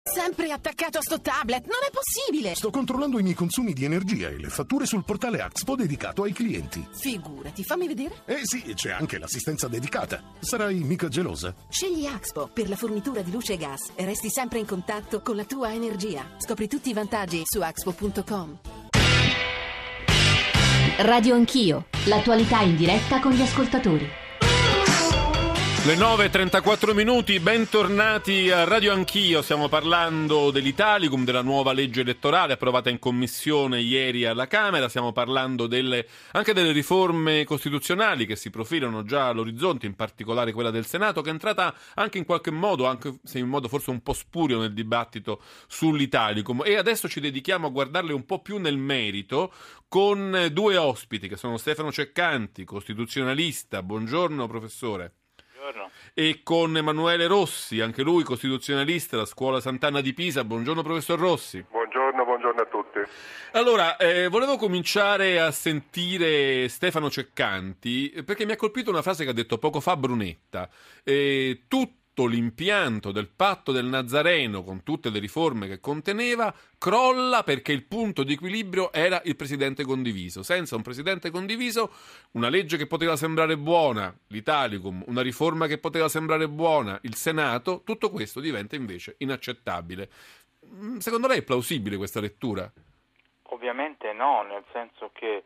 Sempre attaccato a sto tablet, non è possibile! Sto controllando i miei consumi di energia e le fatture sul portale Axpo dedicato ai clienti. Figurati, fammi vedere. Sì, c'è anche l'assistenza dedicata. Sarai mica gelosa? Scegli Axpo per la fornitura di luce e gas e resti sempre in contatto con la tua energia. Scopri tutti i vantaggi su axpo.com. Radio Anch'io, l'attualità in diretta con gli ascoltatori. Le 9:34 minuti, bentornati a Radio Anch'io. Stiamo parlando dell'Italicum, della nuova legge elettorale approvata in commissione ieri alla Camera. Stiamo parlando anche delle riforme costituzionali che si profilano già all'orizzonte, in particolare quella del Senato, che è entrata anche in qualche modo, anche se in modo forse un po' spurio, nel dibattito sull'Italicum. E adesso ci dedichiamo a guardarle un po' più nel merito con due ospiti che sono Stefano Ceccanti, costituzionalista. Buongiorno professore. E con Emanuele Rossi, anche lui costituzionalista della Scuola Sant'Anna di Pisa. Buongiorno professor Rossi. Buongiorno a tutti. Allora, volevo cominciare a sentire Stefano Ceccanti perché mi ha colpito una frase che ha detto poco fa Brunetta. Tutto l'impianto del patto del Nazareno, con tutte le riforme che conteneva, crolla perché il punto di equilibrio era il presidente condiviso. Senza un presidente condiviso, una legge che poteva sembrare buona, l'Italicum, una riforma che poteva sembrare buona, il Senato, tutto questo diventa invece inaccettabile. Secondo lei è plausibile questa lettura? Ovviamente no, nel senso che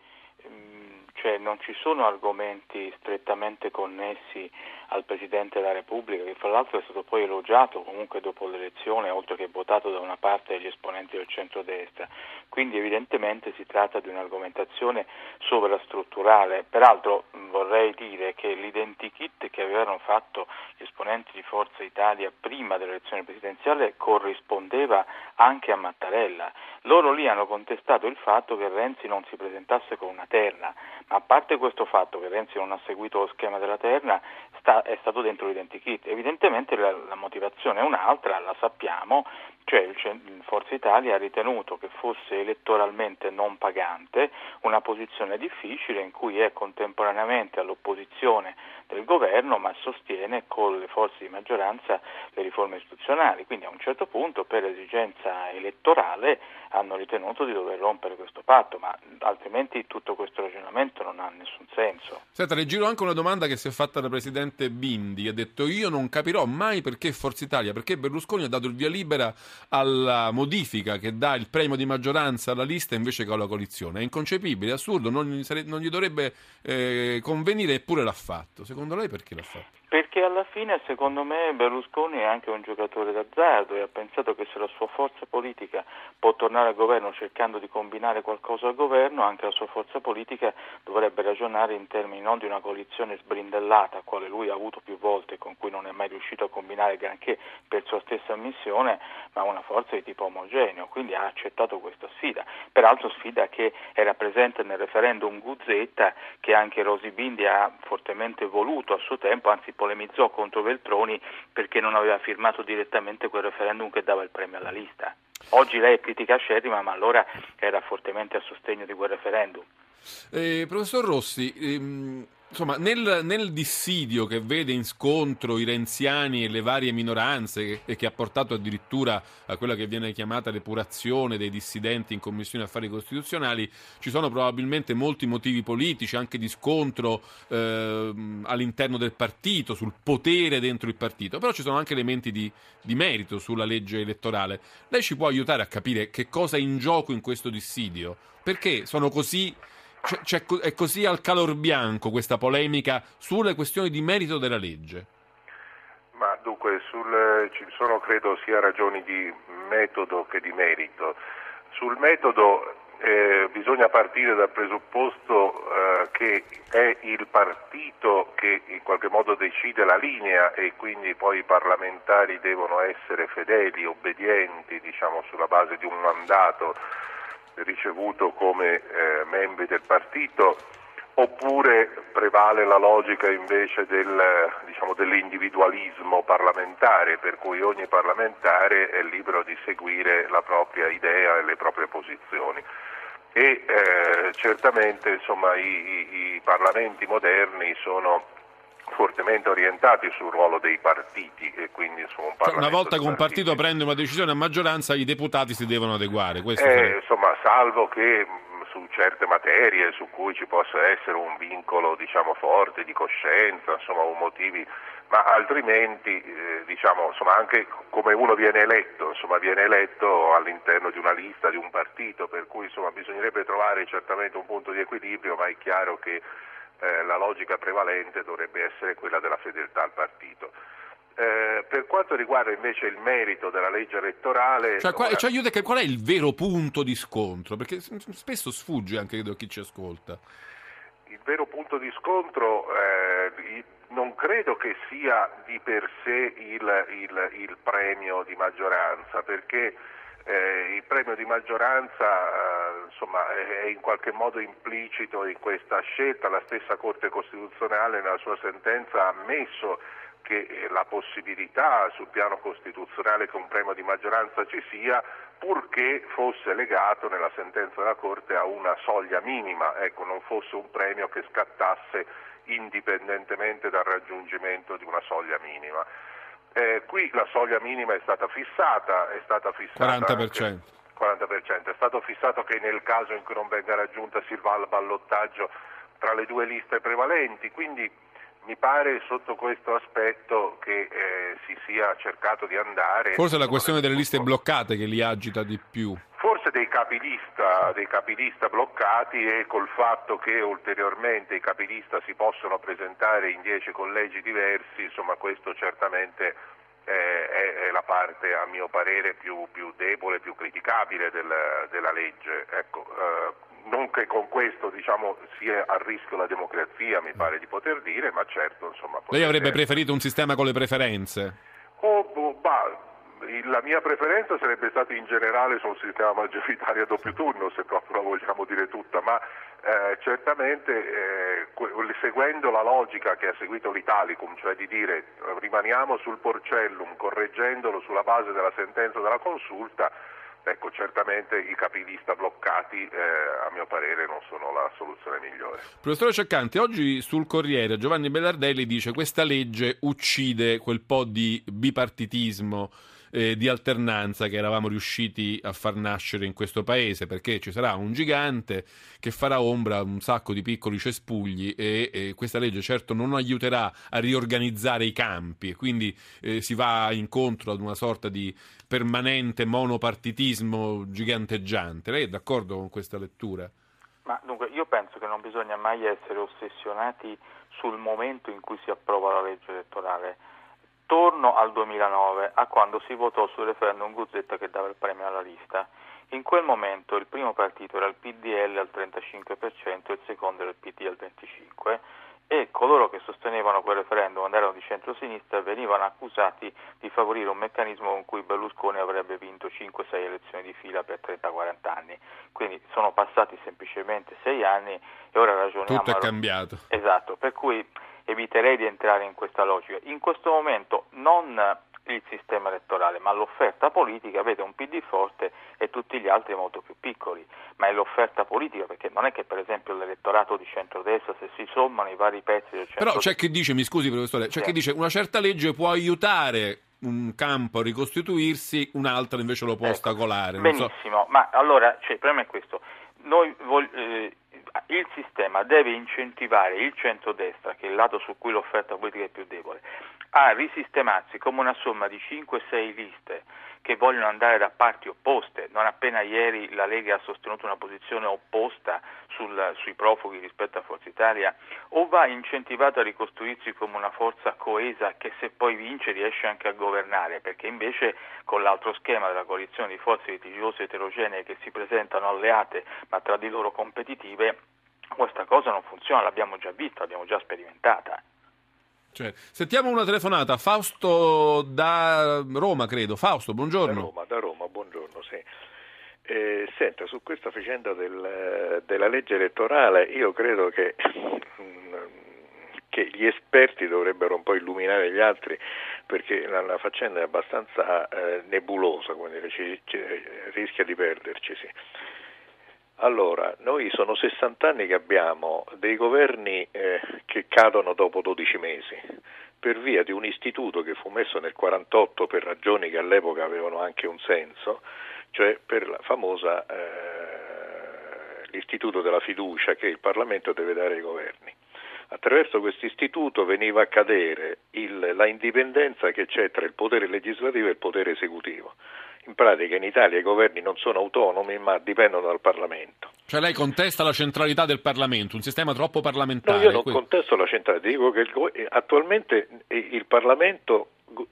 non ci sono argomenti strettamente connessi al Presidente della Repubblica, che fra l'altro è stato poi elogiato comunque dopo l'elezione, oltre che votato da una parte degli esponenti del centrodestra. Quindi evidentemente si tratta di un'argomentazione sovrastrutturale. Peraltro vorrei dire che l'identikit che avevano fatto gli esponenti di Forza Italia prima dell'elezione presidenziale corrispondeva anche a Mattarella. Loro lì hanno contestato il fatto che Renzi non si presentasse con una terna, ma a parte questo fatto che Renzi non ha seguito lo schema della terna, è stato dentro l'identikit. Evidentemente la motivazione è un'altra, la sappiamo, cioè Forza Italia ha ritenuto che fosse elettoralmente non pagante, una posizione difficile in cui è contemporaneamente all'opposizione del governo, ma sostiene con le forze di maggioranza le riforme istituzionali. Quindi a un certo punto, per esigenza elettorale, hanno ritenuto di dover rompere questo patto, ma altrimenti tutto questo ragionamento non ha nessun senso. Senta, le giro anche una domanda che si è fatta da Presidente Bindi. Ha detto: io non capirò mai perché Forza Italia, perché Berlusconi ha dato il via libera alla modifica che dà il premio di maggioranza alla lista invece che alla coalizione. È inconcepibile, è assurdo, non gli dovrebbe convenire, eppure l'ha fatto. Secondo lei perché l'ha fatto? Perché alla fine, secondo me, Berlusconi è anche un giocatore d'azzardo e ha pensato che se la sua forza politica può tornare al governo cercando di combinare qualcosa al governo, anche la sua forza politica dovrebbe ragionare in termini non di una coalizione sbrindellata, quale lui ha avuto più volte e con cui non è mai riuscito a combinare granché per sua stessa ammissione, ma una forza di tipo omogeneo. Quindi ha accettato questa sfida, peraltro sfida che era presente nel referendum Guzzetta, che anche Rosy Bindi ha fortemente voluto a suo tempo, anzi polemizzò contro Veltroni perché non aveva firmato direttamente quel referendum che dava il premio alla lista. Oggi lei è critica acerrima, ma allora era fortemente a sostegno di quel referendum. Professor Rossi, insomma, nel dissidio che vede in scontro i renziani e le varie minoranze e che ha portato addirittura a quella che viene chiamata l'epurazione dei dissidenti in Commissione Affari Costituzionali, ci sono probabilmente molti motivi politici, anche di scontro all'interno del partito, sul potere dentro il partito, però ci sono anche elementi di merito sulla legge elettorale. Lei ci può aiutare a capire che cosa è in gioco in questo dissidio? Perché sono così... è così al calor bianco questa polemica sulle questioni di merito della legge? Ma dunque, ci sono credo sia ragioni di metodo che di merito. Sul metodo bisogna partire dal presupposto che è il partito che in qualche modo decide la linea e quindi poi i parlamentari devono essere fedeli, obbedienti, diciamo, sulla base di un mandato ricevuto come membri del partito, oppure prevale la logica invece dell'individualismo parlamentare, per cui ogni parlamentare è libero di seguire la propria idea e le proprie posizioni. Certamente insomma, i parlamenti moderni sono fortemente orientati sul ruolo dei partiti e quindi su un Parlamento. Una volta che un partito prende una decisione a maggioranza, i deputati si devono adeguare. Insomma, salvo che su certe materie su cui ci possa essere un vincolo, forte di coscienza, o motivi, ma altrimenti, anche come uno viene eletto all'interno di una lista, di un partito, per cui, bisognerebbe trovare certamente un punto di equilibrio, ma è chiaro che la logica prevalente dovrebbe essere quella della fedeltà al partito. Per quanto riguarda invece il merito della legge elettorale... qual è il vero punto di scontro? Perché spesso sfugge anche da chi ci ascolta. Il vero punto di scontro non credo che sia di per sé il premio di maggioranza, perché il premio di maggioranza è in qualche modo implicito in questa scelta. La stessa Corte Costituzionale nella sua sentenza ha ammesso che la possibilità sul piano costituzionale che un premio di maggioranza ci sia, purché fosse legato nella sentenza della Corte a una soglia minima, non fosse un premio che scattasse indipendentemente dal raggiungimento di una soglia minima. Qui la soglia minima è stata fissata 40%. 40%. È stato fissato che nel caso in cui non venga raggiunta si va al ballottaggio tra le due liste prevalenti, quindi mi pare sotto questo aspetto che si sia cercato di andare... Forse è la questione delle liste bloccate che li agita di più. Forse dei capilista bloccati, e col fatto che ulteriormente i capilista si possono presentare in 10 collegi diversi, questo certamente è la parte, a mio parere, più debole, più criticabile della legge. Non che con questo sia a rischio la democrazia, mi pare di poter dire, ma certo Lei avrebbe preferito un sistema con le preferenze? La mia preferenza sarebbe stata in generale su un sistema maggioritario a doppio turno, se proprio la vogliamo dire tutta, ma certamente seguendo la logica che ha seguito l'Italicum, cioè di dire rimaniamo sul porcellum correggendolo sulla base della sentenza della consulta, certamente i capilista bloccati a mio parere non sono la soluzione migliore. Professore Ceccanti, oggi sul Corriere Giovanni Belardelli dice: questa legge uccide quel po' di bipartitismo, di alternanza che eravamo riusciti a far nascere in questo paese, perché ci sarà un gigante che farà ombra a un sacco di piccoli cespugli e questa legge certo non aiuterà a riorganizzare i campi, e quindi si va incontro ad una sorta di permanente monopartitismo giganteggiante. Lei è d'accordo con questa lettura? Ma dunque, io penso che non bisogna mai essere ossessionati sul momento in cui si approva la legge elettorale. Torno al 2009, a quando si votò sul referendum Guzetta che dava il premio alla lista. In quel momento il primo partito era il PDL al 35% e il secondo era il PD al 25%, e coloro che sostenevano quel referendum, quando erano di centrosinistra, venivano accusati di favorire un meccanismo con cui Berlusconi avrebbe vinto 5-6 elezioni di fila per 30-40 anni. Quindi sono passati semplicemente 6 anni e ora ragioniamo... Tutto è cambiato. Esatto, per cui eviterei di entrare in questa logica. In questo momento non il sistema elettorale, ma l'offerta politica vede un PD forte e tutti gli altri molto più piccoli, ma è l'offerta politica, perché non è che per esempio l'elettorato di centrodestra, se si sommano i vari pezzi del centrodestra... Però c'è chi dice, mi scusi professore, c'è chi dice una certa legge può aiutare un campo a ricostituirsi, un'altra invece lo può ostacolare. Benissimo, ma allora il problema è questo: il sistema deve incentivare il centrodestra, che è il lato su cui l'offerta politica è più debole, a risistemarsi come una somma di 5-6 liste che vogliono andare da parti opposte. Non appena ieri la Lega ha sostenuto una posizione opposta sui profughi rispetto a Forza Italia, o va incentivato a ricostruirsi come una forza coesa che se poi vince riesce anche a governare, perché invece con l'altro schema della coalizione di forze litigiose eterogenee che si presentano alleate ma tra di loro competitive, questa cosa non funziona, l'abbiamo già vista, l'abbiamo già sperimentata. Sentiamo una telefonata. Fausto da Roma, credo. Fausto, buongiorno. Da Roma, buongiorno, sì. Senta, su questa vicenda della legge elettorale io credo che gli esperti dovrebbero un po' illuminare gli altri, perché la faccenda è abbastanza nebulosa, rischia di perderci, sì. Allora, noi sono 60 anni che abbiamo dei governi che cadono dopo 12 mesi, per via di un istituto che fu messo nel 48 per ragioni che all'epoca avevano anche un senso, cioè per la famosa l'istituto della fiducia che il Parlamento deve dare ai governi. Attraverso questo istituto veniva a cadere la indipendenza che c'è tra il potere legislativo e il potere esecutivo. In pratica in Italia i governi non sono autonomi ma dipendono dal Parlamento. Cioè lei contesta la centralità del Parlamento, un sistema troppo parlamentare? No, io non contesto la centralità, dico che attualmente il Parlamento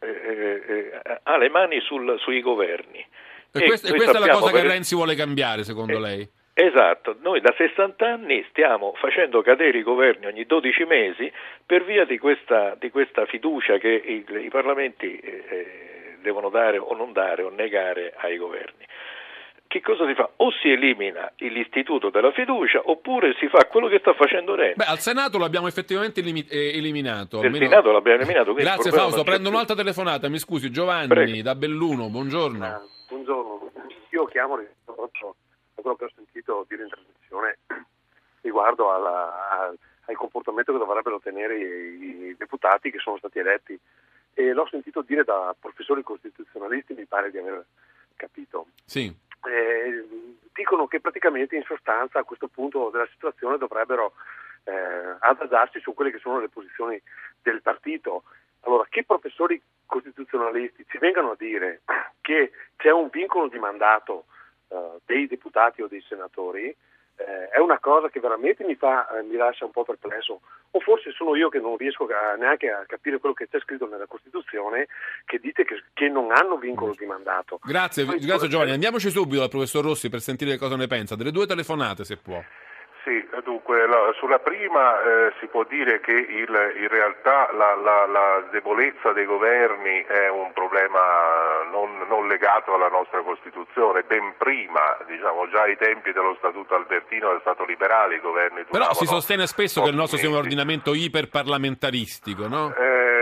ha le mani sui governi. E questa è la cosa che Renzi vuole cambiare, secondo lei? Esatto, noi da 60 anni stiamo facendo cadere i governi ogni 12 mesi per via di questa fiducia che i Parlamenti devono dare o non dare o negare ai governi. Che cosa si fa? O si elimina l'istituto della fiducia oppure si fa quello che sta facendo Renzi. Beh, al Senato l'abbiamo effettivamente eliminato. Al Senato l'abbiamo eliminato. Grazie Fausto, prendo un'altra telefonata, mi scusi, Giovanni. Prego. Da Belluno, buongiorno. Buongiorno, io chiamo proprio a quello che ho sentito dire in trasmissione riguardo al comportamento che dovrebbero tenere i deputati che sono stati eletti, e l'ho sentito dire da professori costituzionalisti, mi pare di aver capito. Sì. Dicono che praticamente in sostanza a questo punto della situazione dovrebbero adagiarsi su quelle che sono le posizioni del partito. Allora, che professori costituzionalisti ci vengano a dire che c'è un vincolo di mandato dei deputati o dei senatori è una cosa che veramente mi lascia un po' perplesso, o forse sono io che non riesco neanche a capire quello che c'è scritto nella Costituzione, che dite che non hanno vincolo di mandato. Grazie Giovanni, andiamoci subito dal professor Rossi per sentire cosa ne pensa, delle 2 telefonate se può. Sì, dunque sulla prima si può dire che in realtà la debolezza dei governi è un problema non legato alla nostra Costituzione, ben prima, diciamo già ai tempi dello Statuto Albertino del Stato liberale i governi duravano. Però si sostiene spesso che il nostro sia un ordinamento iperparlamentaristico, no?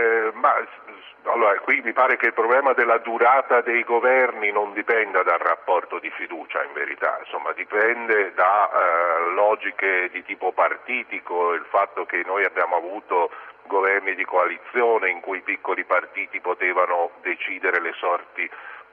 Allora, qui mi pare che il problema della durata dei governi non dipenda dal rapporto di fiducia, in verità, insomma dipende da logiche di tipo partitico, il fatto che noi abbiamo avuto governi di coalizione in cui i piccoli partiti potevano decidere le sorti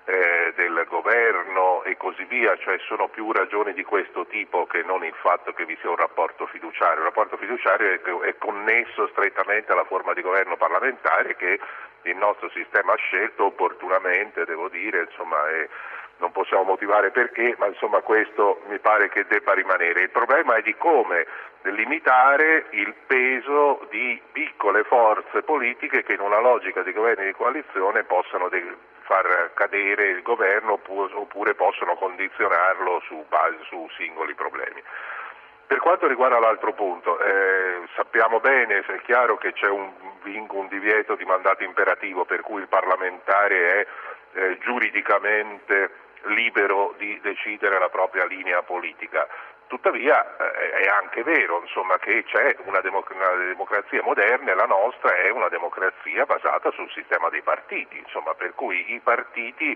del governo e così via, cioè sono più ragioni di questo tipo che non il fatto che vi sia un rapporto fiduciario. Il rapporto fiduciario è connesso strettamente alla forma di governo parlamentare che il nostro sistema ha scelto opportunamente, devo dire, insomma, non possiamo motivare perché, ma insomma questo mi pare che debba rimanere. Il problema è di come limitare il peso di piccole forze politiche che in una logica di governi di coalizione possano far cadere il governo oppure possono condizionarlo su singoli problemi. Per quanto riguarda l'altro punto, sappiamo bene, è chiaro che c'è un divieto di mandato imperativo per cui il parlamentare è giuridicamente libero di decidere la propria linea politica. Tuttavia è anche vero, insomma, che c'è una democrazia moderna e la nostra è una democrazia basata sul sistema dei partiti, insomma, per cui i partiti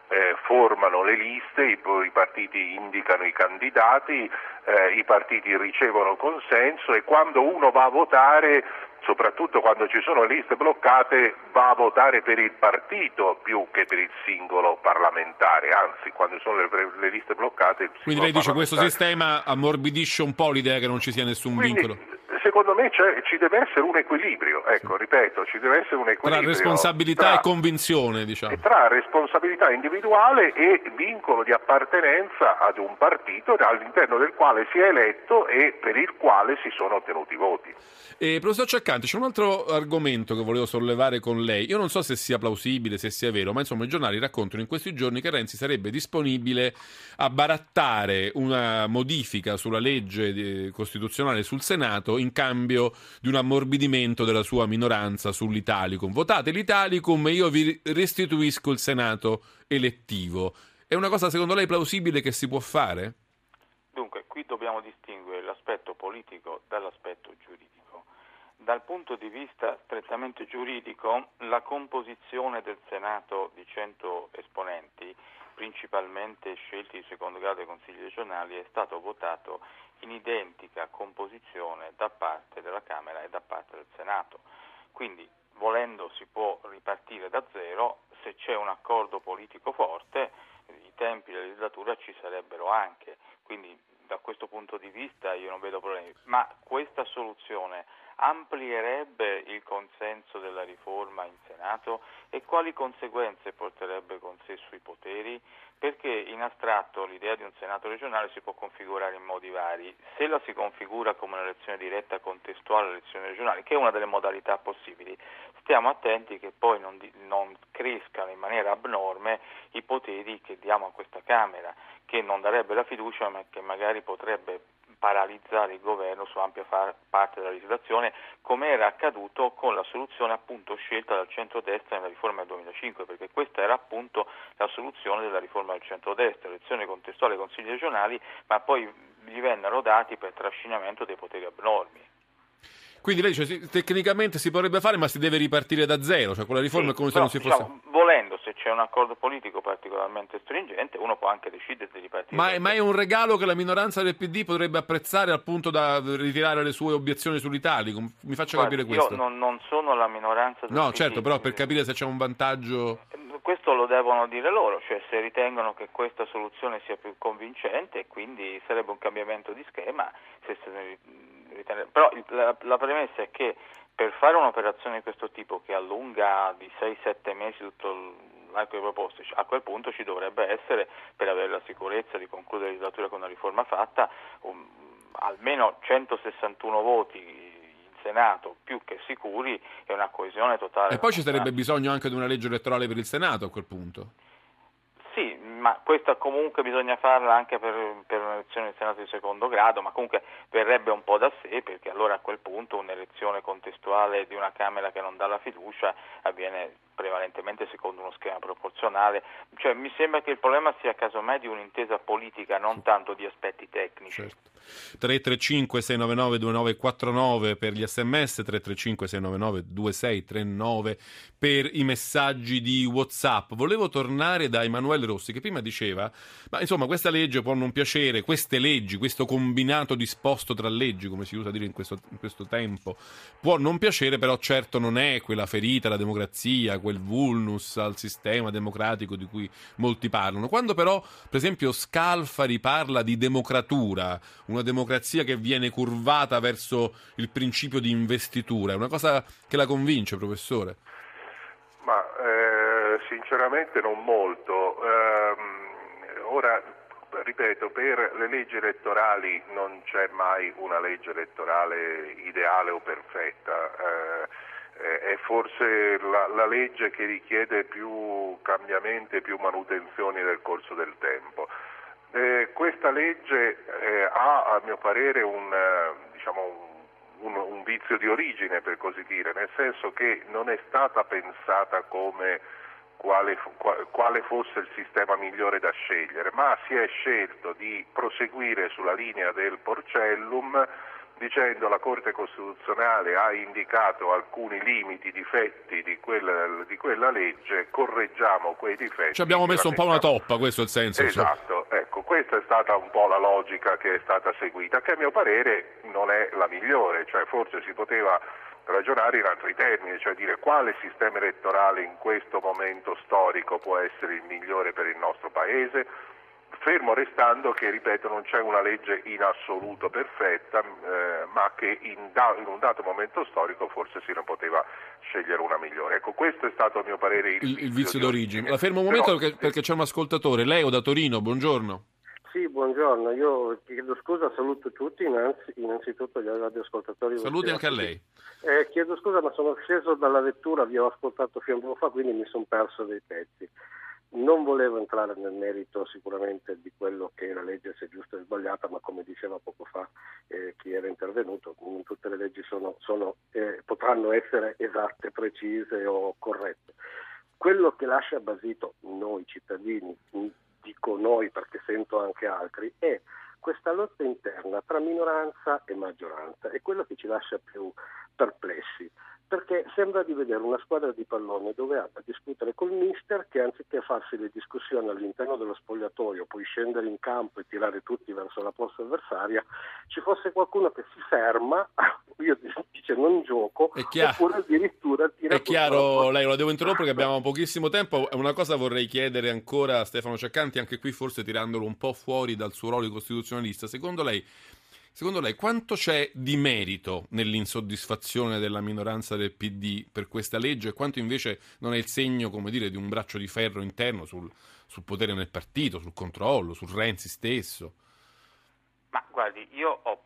formano le liste, i partiti indicano i candidati, i partiti ricevono consenso e quando uno va a votare, soprattutto quando ci sono le liste bloccate, va a votare per il partito più che per il singolo parlamentare, anzi quando sono le liste bloccate... Quindi lei dice questo sistema ammorbidisce un po' l'idea che non ci sia nessun vincolo? Secondo me ci deve essere un equilibrio, ecco, ripeto, ci deve essere un equilibrio. Tra responsabilità e convinzione, diciamo. Tra responsabilità individuale e vincolo di appartenenza ad un partito all'interno del quale si è eletto e per il quale si sono ottenuti voti. Professor Ceccanti, c'è un altro argomento che volevo sollevare con lei. Io non so se sia plausibile, se sia vero, ma insomma i giornali raccontano in questi giorni che Renzi sarebbe disponibile a barattare una modifica sulla legge costituzionale sul Senato in cambio di un ammorbidimento della sua minoranza sull'Italicum. Votate l'Italicum e io vi restituisco il Senato elettivo. È una cosa secondo lei plausibile che si può fare? Dunque, qui dobbiamo distinguere l'aspetto politico dall'aspetto giuridico. Dal punto di vista strettamente giuridico, la composizione del Senato di 100 esponenti principalmente scelti di secondo grado dei consigli regionali, è stato votato in identica composizione da parte della Camera e da parte del Senato. Quindi, volendo, si può ripartire da zero. Se c'è un accordo politico forte, i tempi della legislatura ci sarebbero anche. Quindi, da questo punto di vista io non vedo problemi. Ma questa soluzione amplierebbe il consenso della riforma in Senato e quali conseguenze porterebbe con sé sui poteri? Perché in astratto l'idea di un Senato regionale si può configurare in modi vari. Se la si configura come un'elezione diretta contestuale alle elezioni regionali, che è una delle modalità possibili, stiamo attenti che poi non crescano in maniera abnorme i poteri che diamo a questa Camera, che non darebbe la fiducia ma che magari potrebbe paralizzare il governo su ampia parte della legislazione, come era accaduto con la soluzione appunto scelta dal centrodestra nella riforma del 2005, perché questa era appunto la soluzione della riforma del centrodestra, elezioni contestuali ai consigli regionali, ma poi gli vennero dati per trascinamento dei poteri abnormi. Quindi lei dice tecnicamente si potrebbe fare, ma si deve ripartire da zero, cioè con la riforma è come se non si fosse... volendo, se c'è un accordo politico particolarmente stringente, uno può anche decidere di ripartire. Ma è un regalo che la minoranza del PD potrebbe apprezzare al punto da ritirare le sue obiezioni sull'Italicum? Mi faccia capire questo. Io non sono la minoranza del PD. No, certo, però per capire se c'è un vantaggio... Questo lo devono dire loro, cioè se ritengono che questa soluzione sia più convincente, quindi sarebbe un cambiamento di schema, però la premessa è che per fare un'operazione di questo tipo che allunga di 6-7 mesi tutto l'arco di proposte, a quel punto ci dovrebbe essere, per avere la sicurezza di concludere la legislatura con una riforma fatta, almeno 161 voti Senato più che sicuri e una coesione totale. E poi ci sarebbe bisogno anche di una legge elettorale per il Senato a quel punto. Sì, ma questa comunque bisogna farla anche per un'elezione del Senato di secondo grado, ma comunque verrebbe un po' da sé, perché allora a quel punto un'elezione contestuale di una Camera che non dà la fiducia avviene prevalentemente secondo uno schema proporzionale. Cioè mi sembra che il problema sia casomai di un'intesa politica, non tanto di aspetti tecnici. Certo. 335-699-2949 per gli sms, 335-699-2639 per i messaggi di WhatsApp. Volevo tornare da Emanuele Rossi, che prima diceva, ma insomma questa legge può non piacere, queste leggi, questo combinato disposto tra leggi, come si usa dire in questo tempo, può non piacere, però certo non è quella ferita alla democrazia, quel vulnus al sistema democratico di cui molti parlano. Quando però, per esempio, Scalfari parla di democratura, una democrazia che viene curvata verso il principio di investitura, è una cosa che la convince, professore? Ma sinceramente non molto. Ora, ripeto, per le leggi elettorali non c'è mai una legge elettorale ideale o perfetta. È forse la legge che richiede più cambiamenti e più manutenzioni nel corso del tempo. Questa legge ha, a mio parere, un vizio di origine, per così dire, nel senso che non è stata pensata come quale fosse il sistema migliore da scegliere, ma si è scelto di proseguire sulla linea del Porcellum, dicendo la Corte Costituzionale ha indicato alcuni limiti, difetti di quella legge, correggiamo quei difetti. Ci abbiamo messo un po' una toppa, questo è il senso. Esatto, ecco, questa è stata un po' la logica che è stata seguita, che a mio parere non è la migliore, cioè forse si poteva ragionare in altri termini, cioè dire quale sistema elettorale in questo momento storico può essere il migliore per il nostro Paese, fermo restando che, ripeto, non c'è una legge in assoluto perfetta, ma che in un dato momento storico forse si ne poteva scegliere una migliore. Ecco, questo è stato a mio parere il vizio d'origine. La fermo un momento perché c'è un ascoltatore. Leo da Torino, buongiorno. Sì, buongiorno, io chiedo scusa, saluto tutti, innanzitutto gli radioascoltatori. Saluti anche a lei. Chiedo scusa, ma sono sceso dalla lettura, vi ho ascoltato fino a poco fa, quindi mi sono perso dei pezzi. Non volevo entrare nel merito sicuramente di quello che la legge sia giusta o sbagliata, ma come diceva poco fa chi era intervenuto, non tutte le leggi potranno essere esatte, precise o corrette. Quello che lascia basito noi cittadini, dico noi perché sento anche altri, è questa lotta interna tra minoranza e maggioranza, è quello che ci lascia più perplessi. perché sembra di vedere una squadra di pallone dove ha da discutere col mister che anziché farsi le discussioni all'interno dello spogliatoio, poi scendere in campo e tirare tutti verso la posta avversaria, ci fosse qualcuno che si ferma, io dice non gioco, oppure addirittura tira. È chiaro, lei lo devo interrompere perché abbiamo pochissimo tempo. Una cosa vorrei chiedere ancora a Stefano Ceccanti, anche qui forse tirandolo un po' fuori dal suo ruolo di costituzionalista. Secondo lei quanto c'è di merito nell'insoddisfazione della minoranza del PD per questa legge e quanto invece non è il segno, come dire, di un braccio di ferro interno sul potere nel partito, sul controllo, sul Renzi stesso? Ma guardi, io ho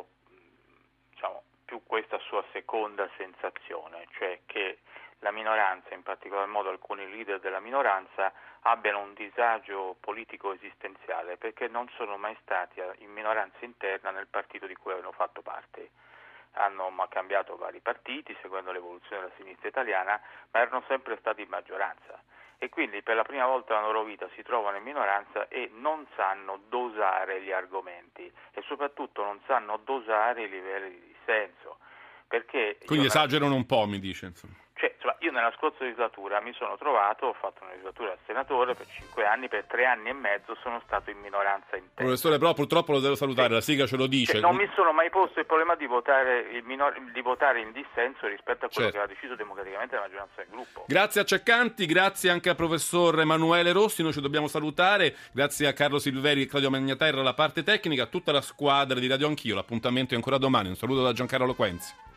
più questa sua seconda sensazione, cioè che la minoranza, in particolar modo alcuni leader della minoranza, abbiano un disagio politico esistenziale perché non sono mai stati in minoranza interna nel partito di cui avevano fatto parte. Hanno cambiato vari partiti seguendo l'evoluzione della sinistra italiana, ma erano sempre stati in maggioranza e quindi per la prima volta nella loro vita si trovano in minoranza e non sanno dosare gli argomenti e soprattutto non sanno dosare i livelli di dissenso. Perché quindi esagerano un po', mi dice, insomma. Io nella scorsa legislatura mi sono trovato, ho fatto una legislatura da senatore per 5 anni, per 3 anni e mezzo sono stato in minoranza interna. Professore, però purtroppo lo devo salutare, sì. La sigla ce lo dice. Non mi sono mai posto il problema di votare in dissenso rispetto a quello che aveva deciso democraticamente la maggioranza del gruppo. Grazie a Ceccanti, grazie anche al professor Emanuele Rossi, noi ci dobbiamo salutare, grazie a Carlo Silveri e Claudio Magnaterra la parte tecnica, a tutta la squadra di Radio Anch'io, l'appuntamento è ancora domani, un saluto da Giancarlo Quenzi.